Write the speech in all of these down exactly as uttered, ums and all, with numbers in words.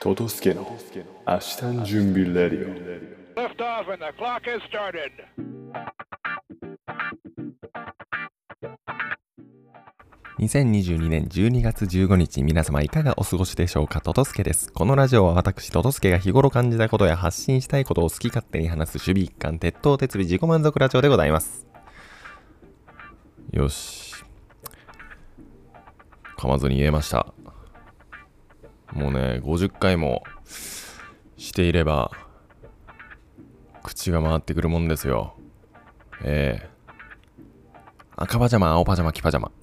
トトスケの明日の準備レディオ。 Lift off and the clock has started. にせんにじゅうにねんじゅうにがつじゅうごにち、皆様いかがお過ごしでしょうか。トトスケです。このラジオは私トトスケが日頃感じたことや発信したいことを好き勝手に話す守備一貫鉄頭鉄尾自己満足ラジオでございます。よし、噛まずに言えました。もうね、ごじゅっかいもしていれば口が回ってくるもんですよ。ええー、赤パジャマ、青パジャマ、黄パジャマ、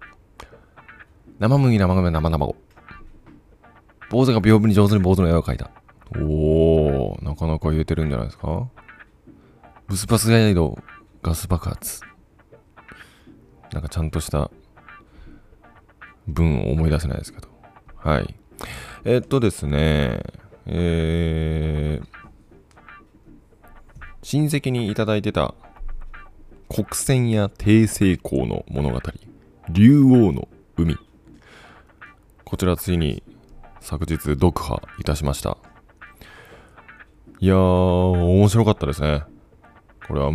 生麦、生米、生卵、坊主が屏風に上手に坊主の絵を描いた。おー、なかなか言えてるんじゃないですか。ブスパスガイド、ガス爆発。なんかちゃんとした文を思い出せないですけど。はい。えー、っとですね、えー、親戚にいただいてた国船や低成功の物語、竜王の海。こちらついに昨日読破いたしました。いやー、面白かったですね。これは、うん。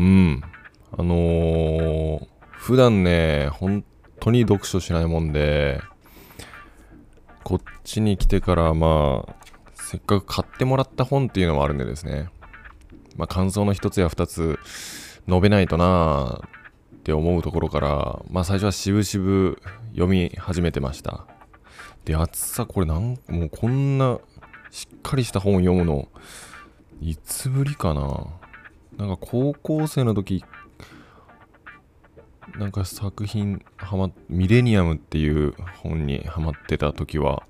あのー、普段ね、本当に読書しないもんで、こっちに来てからまあ、せっかく買ってもらった本っていうのもあるんでですね、まあ感想の一つや二つ述べないとなーって思うところから、まあ最初はしぶしぶ読み始めてました。で、厚さこれなん、もうこんなしっかりした本読むの、いつぶりかな。なんか高校生の時、なんか作品ハマミレニアムっていう本にハマってた時は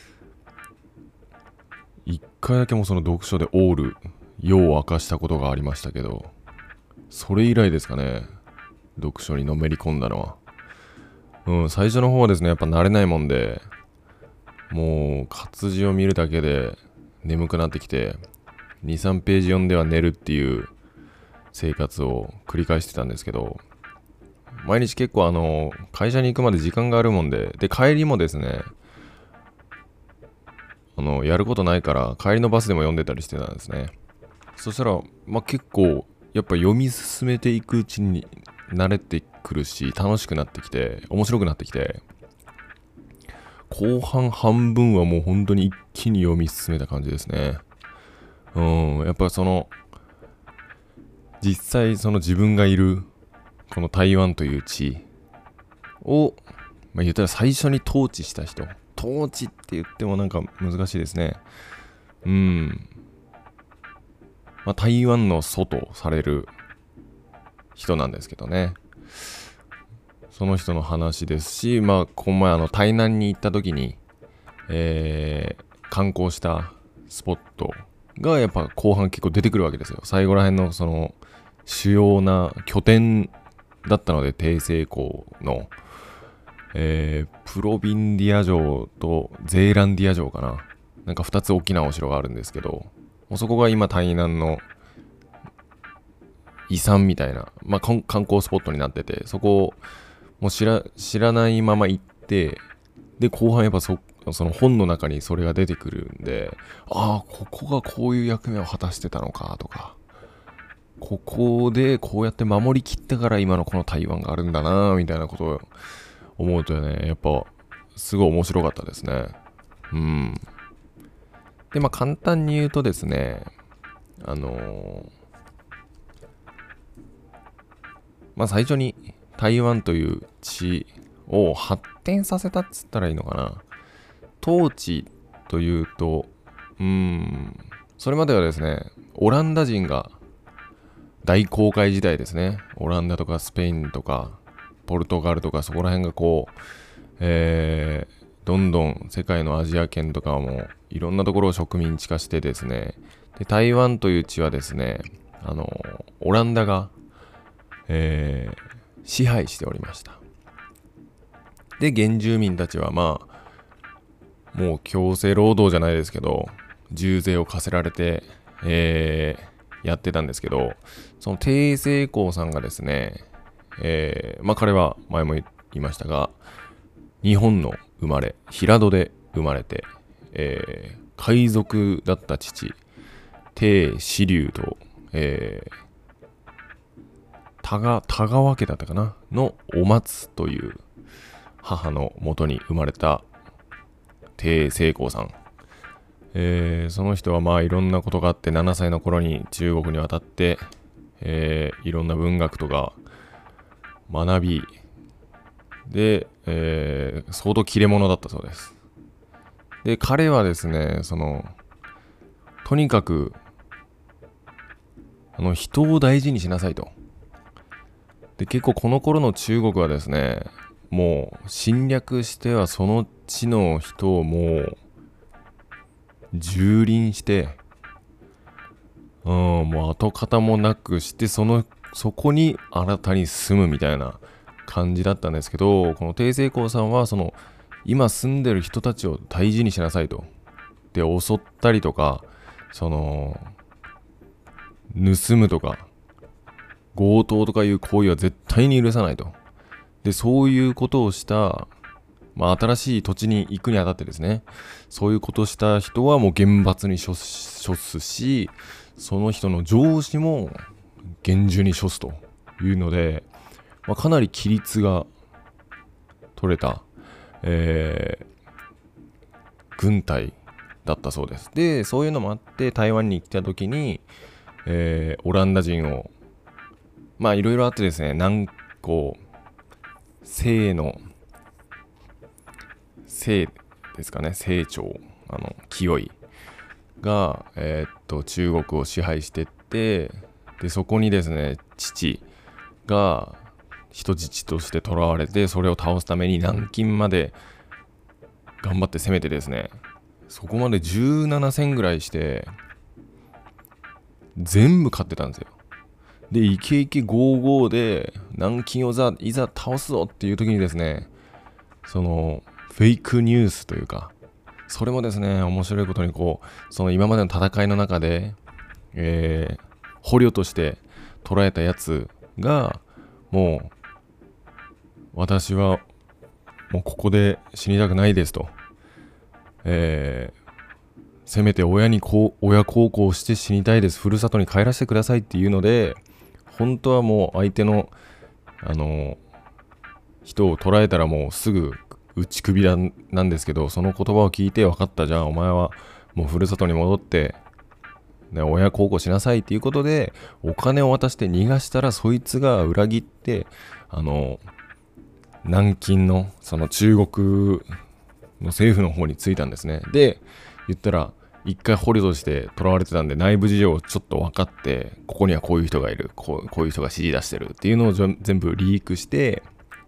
一回だけもその読書でオール夜を明かしたことがありましたけど、それ以来ですかね、読書にのめり込んだのは。うん、最初の方はですね、やっぱ慣れないもんで、もう活字を見るだけで眠くなってきて にさんページ読んでは寝るっていう生活を繰り返してたんですけど、毎日結構あの会社に行くまで時間があるもんで、で帰りもですね、あのやることないから帰りのバスでも読んでたりしてたんですね。そしたらまあ結構やっぱ読み進めていくうちに慣れてくるし、楽しくなってきて面白くなってきて、後半半分はもう本当に一気に読み進めた感じですね。うん、やっぱその実際その自分がいるこの台湾という地を、まあ、言ったら最初に統治した人、統治って言ってもなんか難しいですね。うん、まあ、台湾の祖とされる人なんですけどね。その人の話ですし、まあ、この前あの台南に行った時に、えー、観光したスポットがやっぱ後半結構出てくるわけですよ。最後らへんのその主要な拠点だったので、低成功の、えー、プロビンディア城とゼーランディア城かな。なんかふたつ大きなお城があるんですけど、もうそこが今台南の遺産みたいな、まあ、観光スポットになってて、そこをもう知ら、知らないまま行って、で、後半やっぱそ、その本の中にそれが出てくるんで、ああ、ここがこういう役目を果たしてたのかとか、ここでこうやって守りきってから今のこの台湾があるんだなみたいなことを思うとね、やっぱすごい面白かったですね。うん。で、まあ簡単に言うとですね、あのー、まあ最初に台湾という地を発展させたっつったらいいのかな。統治というと、うーん、それまではですね、オランダ人が大航海時代ですね。オランダとかスペインとかポルトガルとかそこら辺がこう、えー、どんどん世界のアジア圏とかもいろんなところを植民地化してですね、で台湾という地はですね、あのオランダが、えー、支配しておりました。で、原住民たちはまあもう強制労働じゃないですけど、重税を課せられて、えー、やってたんですけど、その低成功さんがですね、えー、まあ彼は前も言いましたが、日本の生まれ、平戸で生まれて、えー、 海賊だった父、鄭子龍と、えー、田が田川家だったかなのお松という母のもとに生まれた鄭成功さん。えー、その人はまあいろんなことがあってななさいの頃に中国に渡って、えー、いろんな文学とか学びで、えー、相当切れ者だったそうです。で彼はですね、そのとにかくあの人を大事にしなさいと。で結構この頃の中国はですね、もう侵略してはその地の人をもう蹂躙して、うん、もう跡形もなくして、そのそこに新たに住むみたいな感じだったんですけど、この鄭成功さんはその今住んでる人たちを大事にしなさいと。で襲ったりとか、その盗むとか強盗とかいう行為は絶対に許さないと。でそういうことをした、まあ、新しい土地に行くにあたってですね、そういうことをした人はもう厳罰に処すし、その人の上司も厳重に処すというので、まあ、かなり規律が取れた、えー、軍隊だったそうです。でそういうのもあって台湾に来た時に、えー、オランダ人をまあいろいろあってですね、南光清の清ですかね、清朝、あの清いが、えー、っと中国を支配してって、でそこにですね父が人質として囚われて、それを倒すために南京まで頑張って攻めてですね、そこまでじゅうななせんぐらいして全部勝ってたんですよ。でイケイケゴーゴーで南京をざいざ倒すぞっていう時にですね、そのフェイクニュースというか、それもですね面白いことにこうその今までの戦いの中で、えー、捕虜として捕らえたやつがもう私はもうここで死にたくないですと、えー、せめて親にこう親孝行して死にたいです、ふるさとに帰らせてくださいっていうので、本当はもう相手のあの人を捕らえたらもうすぐ打ち首だなんですけど、その言葉を聞いて、分かった、じゃあお前はもうふるさとに戻って、ね、親孝行しなさいっていうことでお金を渡して逃がしたら、そいつが裏切ってあの南京のその中国の政府の方に着いたんですね。で言ったら一回捕虜として囚われてたんで、内部事情をちょっと分かって、ここにはこういう人がいる、こう、こういう人が指示出してるっていうのを全部リークして、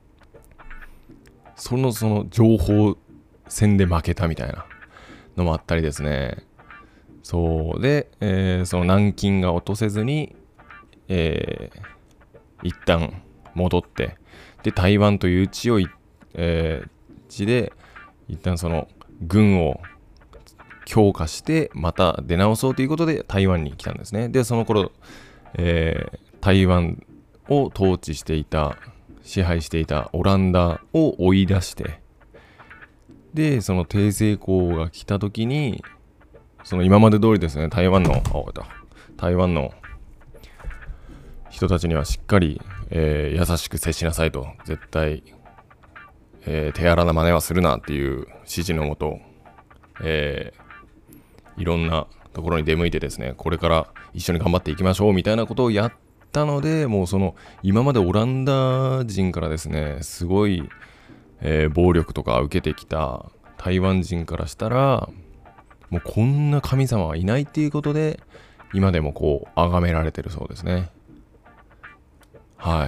そのその情報戦で負けたみたいなのもあったりですね。そうで、えー、その南京が落とせずに、えー、一旦戻って、で台湾という地を、えー、地で一旦その軍を強化してまた出直そうということで台湾に来たんですね。でその頃、えー、台湾を統治していた支配していたオランダを追い出して、でその鄭成功が来た時に、その今まで通りですね、台湾の台湾の人たちにはしっかり、えー、優しく接しなさいと、絶対、えー、手荒な真似はするなっていう指示のもと、えーいろんなところに出向いてですね、これから一緒に頑張っていきましょうみたいなことをやったので、もうその今までオランダ人からですね、すごい、えー、暴力とか受けてきた台湾人からしたら、もうこんな神様はいないっていうことで、今でもこう崇められてるそうですね。はい。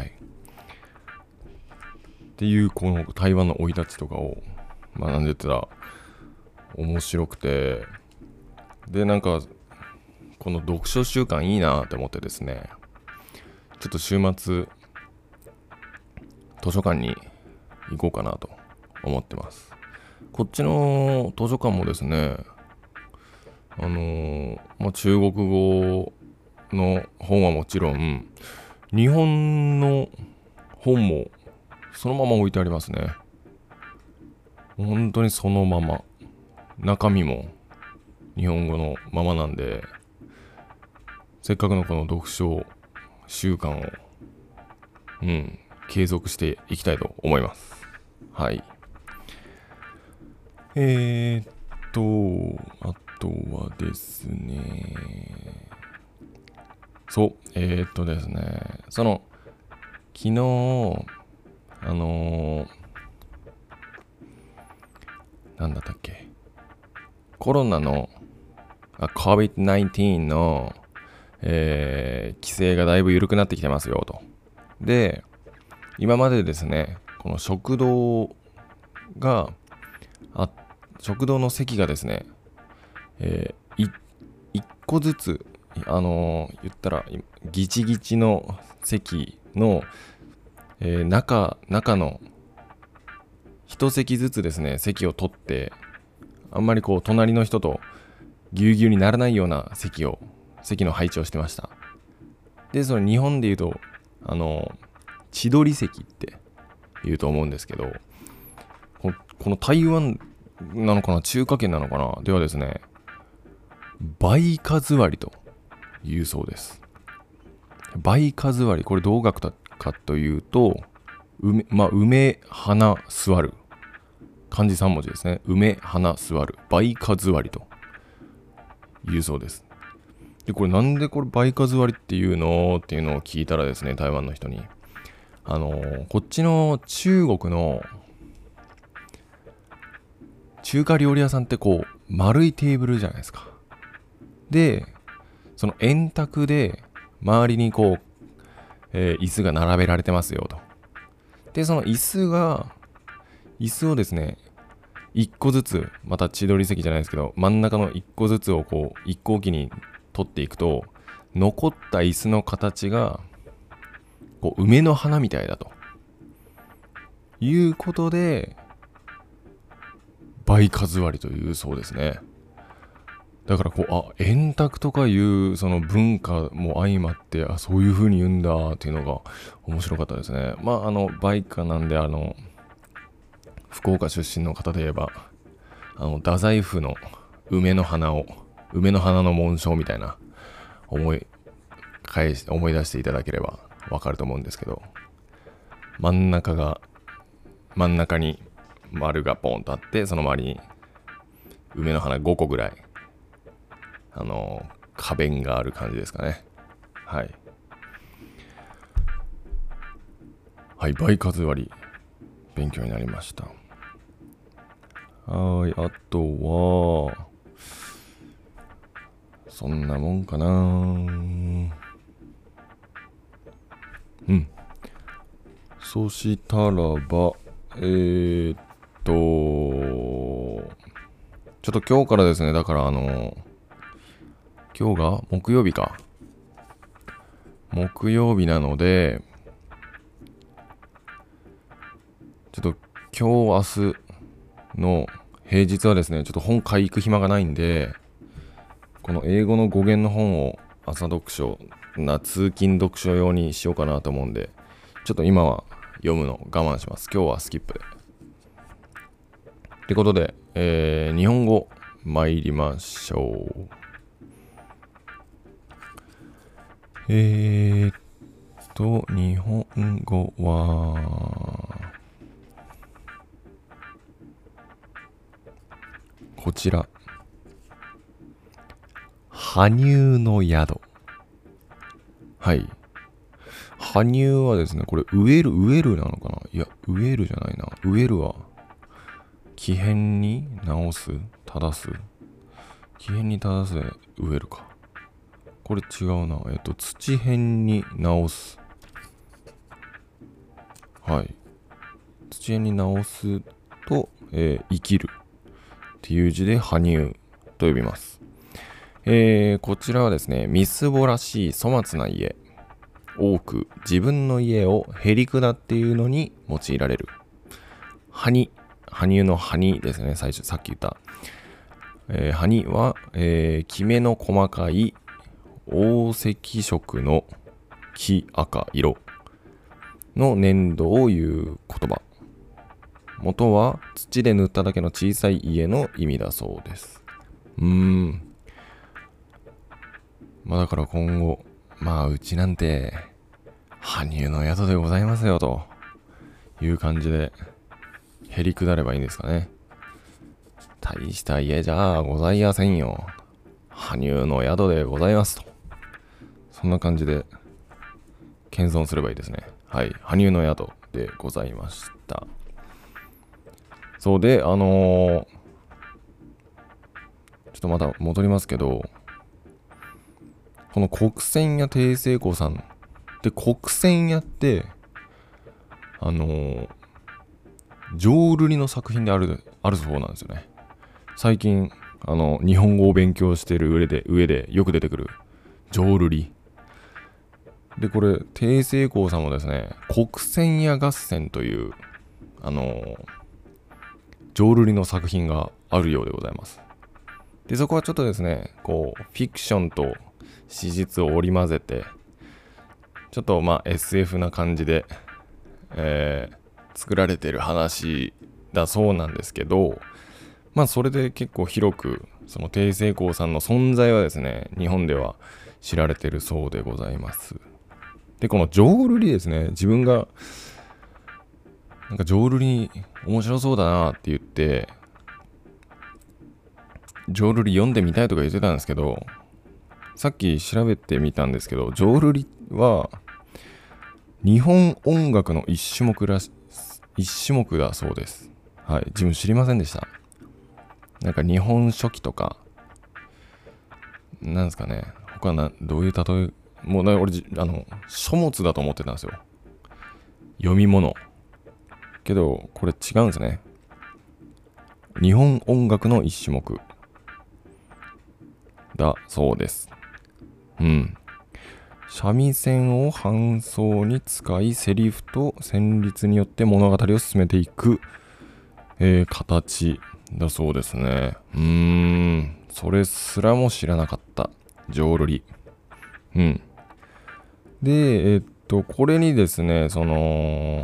っていうこの台湾の生い立ちとかを学んでたら面白くて、でなんかこの読書習慣いいなって思ってですね、ちょっと週末図書館に行こうかなと思ってます。こっちの図書館もですね、あのーまあ、中国語の本はもちろん日本の本もそのまま置いてありますね。本当にそのまま、中身も日本語のままなんで、せっかくのこの読書習慣を、うん、継続していきたいと思います。はい。えー、っと、あとはですね、そう、えー、っとですね、その、昨日、あのー、なんだったっけ、コロナの、あ コビッドナインティーン の、えー、規制がだいぶ緩くなってきてますよと。で、今までですね、この食堂が、あ、食堂の席がですね、えー、い一個ずつ、あのー、言ったら、ギチギチの席の、えー、中、中の一席ずつですね、席を取って、あんまりこう、隣の人とぎゅうぎゅうにならないような席を、席の配置をしてました。で、それ日本で言うと、あの、千鳥席って言うと思うんですけど、こ, この台湾なのかな、中華圏なのかな、ではですね、倍数割りというそうです。倍数割り、これどう書くかというと、梅、まあ、梅、花、座る。漢字さん文字ですね。梅、花、座る。倍数割りというそうです。で、これなんでこれ倍数割りっていうのっていうのを聞いたらですね、台湾の人に。あのー、こっちの中国の中華料理屋さんってこう、丸いテーブルじゃないですか。で、その円卓で周りにこう、えー、椅子が並べられてますよと。で、その椅子が、椅子をですね、一個ずつ、また千鳥席じゃないですけど、真ん中の一個ずつをこう、一個おきに取っていくと、残った椅子の形が、こう、梅の花みたいだと。いうことで、倍数割りというそうですね。だからこう、あ、円卓とかいうその文化も相まって、あ、そういう風に言うんだっていうのが面白かったですね。まあ、あの、倍価なんで、あの、福岡出身の方で言えば、あの、太宰府の梅の花を、梅の花の紋章みたいな、思い、返し、思い出していただければわかると思うんですけど、真ん中が、真ん中に丸がポンとあって、その周りに梅の花ごこぐらい、あの花弁がある感じですかね。はい。はい、倍数割り、勉強になりました。はい、あとは、そんなもんかな。うん。そしたらば、えー、っと、ちょっと今日からですね、だからあの、今日が木曜日か。木曜日なので、ちょっと今日明日の平日はですね、ちょっと本買い行く暇がないんで、この英語の語源の本を朝読書な通勤読書用にしようかなと思うんで、ちょっと今は読むの我慢します。今日はスキップで。ってことで、えー、日本語参りましょう。えーっと、日本語は、こちら。羽生の宿。はい。羽生はですね、これ、植える、植えるなのかないや、植えるじゃないな。植えるは、木偏に直す正す木偏に正すで植えるか。これ違うな。えっと、土偏に直す。はい。土偏に直すと、えー、生きるっていう字で羽生と呼びます。えー、こちらはですね、みすぼらしい粗末な家。多く自分の家をへりくだっていうのに用いられる。羽に、羽生の羽にですね、最初さっき言った。えー、羽には、えー、きめの細かい黄石色の黄赤色の粘土を言う言葉。元は土で塗っただけの小さい家の意味だそうです。 うーん。まあだから今後、まあうちなんて、羽生の宿でございますよという感じで、へりくだればいいんですかね。大した家じゃございませんよ。羽生の宿でございますと。そんな感じで、謙遜すればいいですね。はい。羽生の宿でございました。そうで、あのー、ちょっとまた戻りますけど、この国選屋定成功さんで、国選屋って、あのー、浄瑠璃の作品である、あるそうなんですよね。最近、あの、日本語を勉強している上で、上でよく出てくる浄瑠璃。で、これ、定成功さんもですね、国選屋合戦という、あのー、浄瑠璃の作品があるようでございます。で、そこはちょっとですね、こう、フィクションと史実を織り交ぜて、ちょっとまあ エスエフ な感じで、えー、作られてる話だそうなんですけど、まあそれで結構広く、その定成功さんの存在はですね、日本では知られてるそうでございます。で、この浄瑠璃ですね、自分が、なんか浄瑠璃面白そうだなって言って、浄瑠璃読んでみたいとか言ってたんですけど、さっき調べてみたんですけど、浄瑠璃は日本音楽の一種目らし、一種目だそうです。はい、自分知りませんでした。なんか日本書紀とか、なんですかね、他な、どういう例え、もうな俺、あの、書物だと思ってたんですよ。読み物。けど、これ違うんですね。日本音楽の一種目だそうです。うん。三味線を伴奏に使い、セリフと旋律によって物語を進めていく、えー、形だそうですね。うーん。それすらも知らなかった。浄瑠璃。うん。で、えっと、これにですね、その、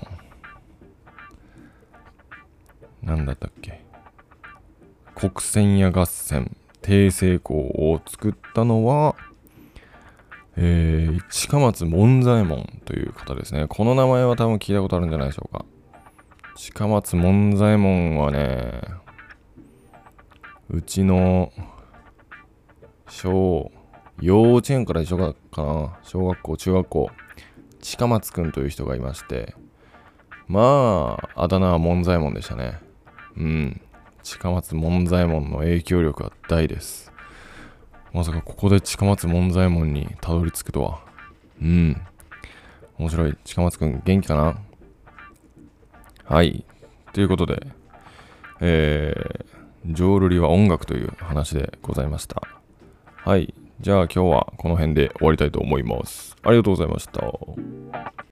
なんだったっけ。国選屋合戦、定成功を作ったのは、えー、近松門左衛門という方ですね。この名前は多分聞いたことあるんじゃないでしょうか。近松門左衛門はね、うちの小、幼稚園から一緒かな、小学校、中学校、近松くんという人がいまして、まあ、あだ名は門左衛門でしたね。うん。近松門左衛門の影響力は大です。まさかここで近松門左衛門にたどり着くとは。うん。面白い。近松くん元気かな？はい。ということで、えー、浄瑠璃は音楽という話でございました。はい。じゃあ今日はこの辺で終わりたいと思います。ありがとうございました。